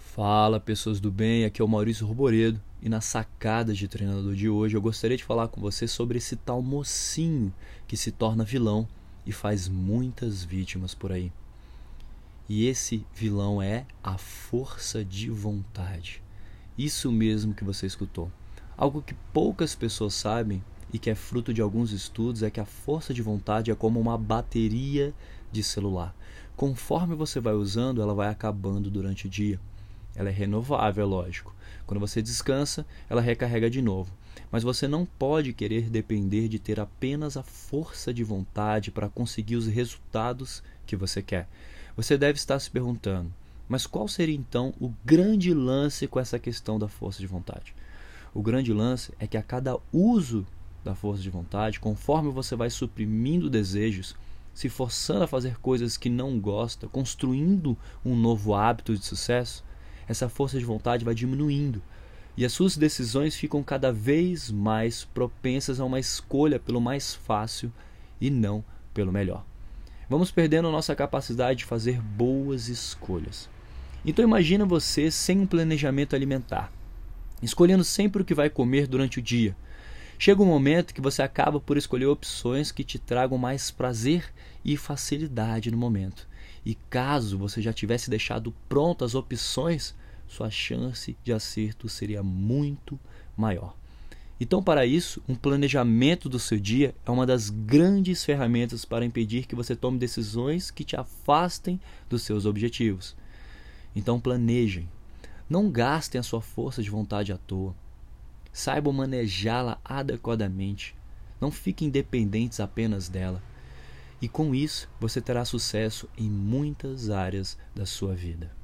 Fala, pessoas do bem, aqui é o Maurício Roboredo e na sacada de treinador de hoje eu gostaria de falar com você sobre esse tal mocinho que se torna vilão e faz muitas vítimas por aí. E esse vilão é a força de vontade. Isso mesmo que você escutou. Algo que poucas pessoas sabem e que é fruto de alguns estudos é que a força de vontade é como uma bateria de celular. Conforme você vai usando, ela vai acabando durante o dia. Ela é renovável, é lógico. Quando você descansa, ela recarrega de novo. Mas você não pode querer depender de ter apenas a força de vontade para conseguir os resultados que você quer. Você deve estar se perguntando, mas qual seria então o grande lance com essa questão da força de vontade? O grande lance é que a cada uso da força de vontade, conforme você vai suprimindo desejos, se forçando a fazer coisas que não gosta, construindo um novo hábito de sucesso, essa força de vontade vai diminuindo e as suas decisões ficam cada vez mais propensas a uma escolha pelo mais fácil e não pelo melhor. Vamos perdendo a nossa capacidade de fazer boas escolhas. Então imagina você sem um planejamento alimentar, escolhendo sempre o que vai comer durante o dia. Chega um momento que você acaba por escolher opções que te tragam mais prazer e facilidade no momento. E caso você já tivesse deixado prontas as opções, sua chance de acerto seria muito maior. Então, para isso, um planejamento do seu dia é uma das grandes ferramentas para impedir que você tome decisões que te afastem dos seus objetivos. Então, planejem. Não gastem a sua força de vontade à toa. Saibam manejá-la adequadamente. Não fiquem dependentes apenas dela. E com isso, você terá sucesso em muitas áreas da sua vida.